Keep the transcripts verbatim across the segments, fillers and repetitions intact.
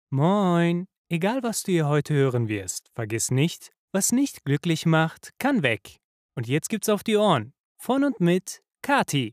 Moin! Egal was du hier heute hören wirst, vergiss nicht, was nicht glücklich macht, kann weg. Und jetzt gibt's auf die Ohren. Von und mit Kati.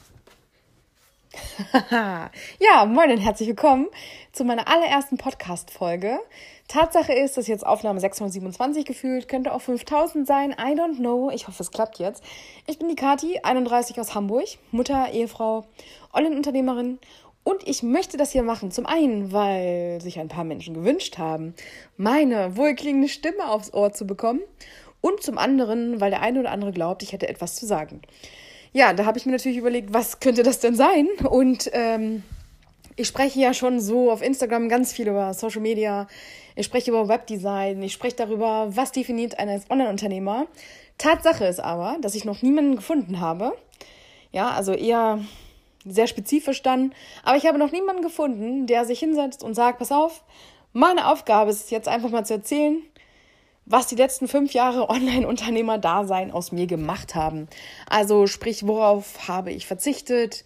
Ja, moin und herzlich willkommen zu meiner allerersten Podcast-Folge. Tatsache ist, dass jetzt Aufnahme sechshundertsiebenundzwanzig gefühlt, könnte auch fünftausend sein, I don't know. Ich hoffe, es klappt jetzt. Ich bin die Kati, einunddreißig aus Hamburg, Mutter, Ehefrau, Online-Unternehmerin. Und ich möchte das hier machen, zum einen, weil sich ein paar Menschen gewünscht haben, meine wohlklingende Stimme aufs Ohr zu bekommen. Und zum anderen, weil der eine oder andere glaubt, ich hätte etwas zu sagen. Ja, da habe ich mir natürlich überlegt, was könnte das denn sein? Und ähm, ich spreche ja schon so auf Instagram ganz viel über Social Media. Ich spreche über Webdesign. Ich spreche darüber, was definiert einen als Online-Unternehmer. Tatsache ist aber, dass ich noch niemanden gefunden habe. Ja, also eher sehr spezifisch dann. Aber ich habe noch niemanden gefunden, der sich hinsetzt und sagt, pass auf, meine Aufgabe ist es jetzt einfach mal zu erzählen, was die letzten fünf Jahre Online-Unternehmer-Dasein aus mir gemacht haben. Also sprich, worauf habe ich verzichtet?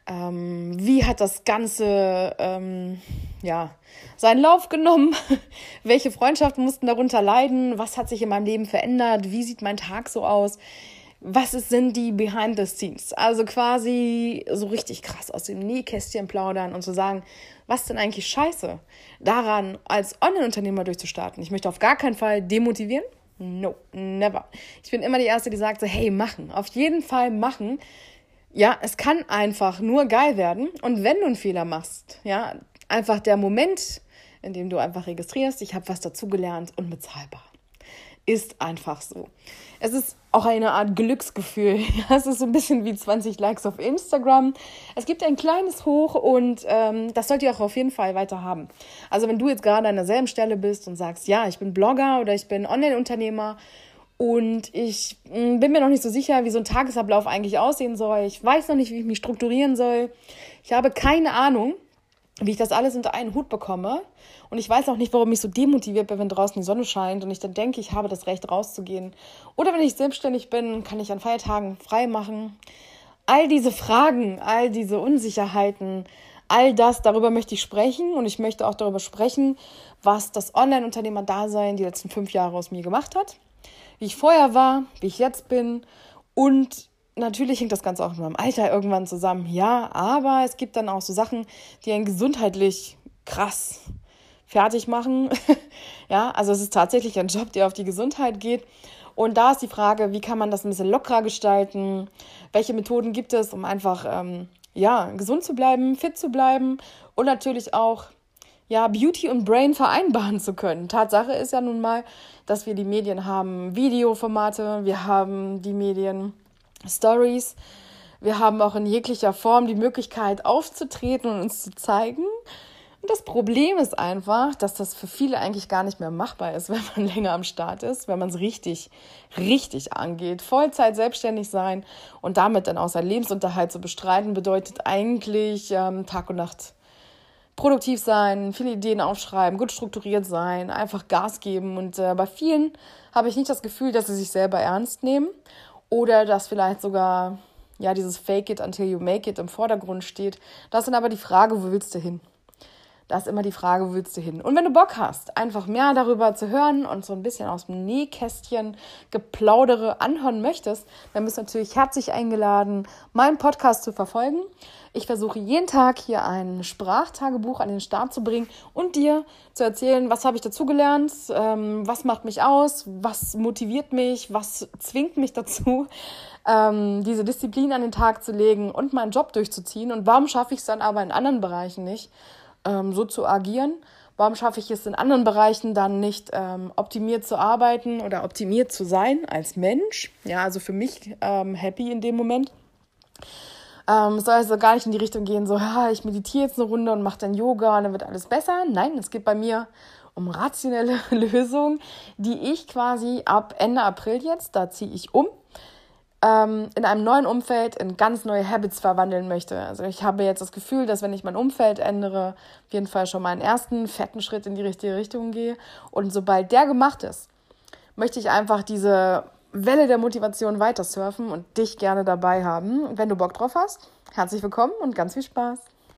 Ähm, wie hat das Ganze ähm, ja, seinen Lauf genommen? Welche Freundschaften mussten darunter leiden? Was hat sich in meinem Leben verändert? Wie sieht mein Tag so aus? Was ist, sind die Behind the Scenes? Also quasi so richtig krass aus dem Nähkästchen plaudern und zu sagen, was ist denn eigentlich scheiße daran, als Online-Unternehmer durchzustarten? Ich möchte auf gar keinen Fall demotivieren. No, never. Ich bin immer die Erste, die sagt so, hey, machen. Auf jeden Fall machen. Ja, es kann einfach nur geil werden. Und wenn du einen Fehler machst, ja, einfach der Moment, in dem du einfach registrierst, ich habe was dazugelernt, unbezahlbar. Ist einfach so. Es ist auch eine Art Glücksgefühl. Es ist so ein bisschen wie zwanzig Likes auf Instagram. Es gibt ein kleines Hoch und ähm, das sollt ihr auch auf jeden Fall weiter haben. Also wenn du jetzt gerade an derselben Stelle bist und sagst, ja, ich bin Blogger oder ich bin Online-Unternehmer und ich mh, bin mir noch nicht so sicher, wie so ein Tagesablauf eigentlich aussehen soll. Ich weiß noch nicht, wie ich mich strukturieren soll. Ich habe keine Ahnung, wie ich das alles unter einen Hut bekomme. Und ich weiß auch nicht, warum ich so demotiviert bin, wenn draußen die Sonne scheint und ich dann denke, ich habe das Recht rauszugehen. Oder wenn ich selbstständig bin, kann ich an Feiertagen frei machen. All diese Fragen, all diese Unsicherheiten, all das, darüber möchte ich sprechen. Und ich möchte auch darüber sprechen, was das Online-Unternehmer-Dasein die letzten fünf Jahre aus mir gemacht hat. Wie ich vorher war, wie ich jetzt bin und natürlich hängt das Ganze auch mit meinem Alter irgendwann zusammen, ja, aber es gibt dann auch so Sachen, die einen gesundheitlich krass fertig machen. Ja, also es ist tatsächlich ein Job, der auf die Gesundheit geht. Und da ist die Frage, wie kann man das ein bisschen lockerer gestalten? Welche Methoden gibt es, um einfach ähm, ja, gesund zu bleiben, fit zu bleiben und natürlich auch ja, Beauty und Brain vereinbaren zu können. Tatsache ist ja nun mal, dass wir die Medien haben, Videoformate, wir haben die Medien Stories. Wir haben auch in jeglicher Form die Möglichkeit aufzutreten und uns zu zeigen. Und das Problem ist einfach, dass das für viele eigentlich gar nicht mehr machbar ist, wenn man länger am Start ist, wenn man es richtig, richtig angeht. Vollzeit selbstständig sein und damit dann auch seinen Lebensunterhalt zu bestreiten, bedeutet eigentlich ähm, Tag und Nacht produktiv sein, viele Ideen aufschreiben, gut strukturiert sein, einfach Gas geben. Und äh, bei vielen habe ich nicht das Gefühl, dass sie sich selber ernst nehmen. Oder dass vielleicht sogar ja dieses Fake it until you make it im Vordergrund steht. Das ist dann aber die Frage, wo willst du hin? Das ist immer die Frage, wo willst du hin? Und wenn du Bock hast, einfach mehr darüber zu hören und so ein bisschen aus dem Nähkästchen Geplaudere anhören möchtest, dann bist du natürlich herzlich eingeladen, meinen Podcast zu verfolgen. Ich versuche jeden Tag hier ein Sprachtagebuch an den Start zu bringen und dir zu erzählen, was habe ich dazugelernt, ähm, was macht mich aus, was motiviert mich, was zwingt mich dazu, ähm, diese Disziplin an den Tag zu legen und meinen Job durchzuziehen. Und warum schaffe ich es dann aber in anderen Bereichen nicht, ähm, so zu agieren? Warum schaffe ich es in anderen Bereichen dann nicht, ähm, optimiert zu arbeiten oder optimiert zu sein als Mensch? Ja, also für mich ähm, happy in dem Moment. Ähm, es soll also gar nicht in die Richtung gehen, so, ja, ich meditiere jetzt eine Runde und mache dann Yoga und dann wird alles besser. Nein, es geht bei mir um rationelle Lösungen, die ich quasi ab Ende April jetzt, da ziehe ich um, ähm, in einem neuen Umfeld in ganz neue Habits verwandeln möchte. Also ich habe jetzt das Gefühl, dass wenn ich mein Umfeld ändere, auf jeden Fall schon mal einen ersten fetten Schritt in die richtige Richtung gehe. Und sobald der gemacht ist, möchte ich einfach diese Welle der Motivation weiter surfen und dich gerne dabei haben. Und wenn du Bock drauf hast, herzlich willkommen und ganz viel Spaß.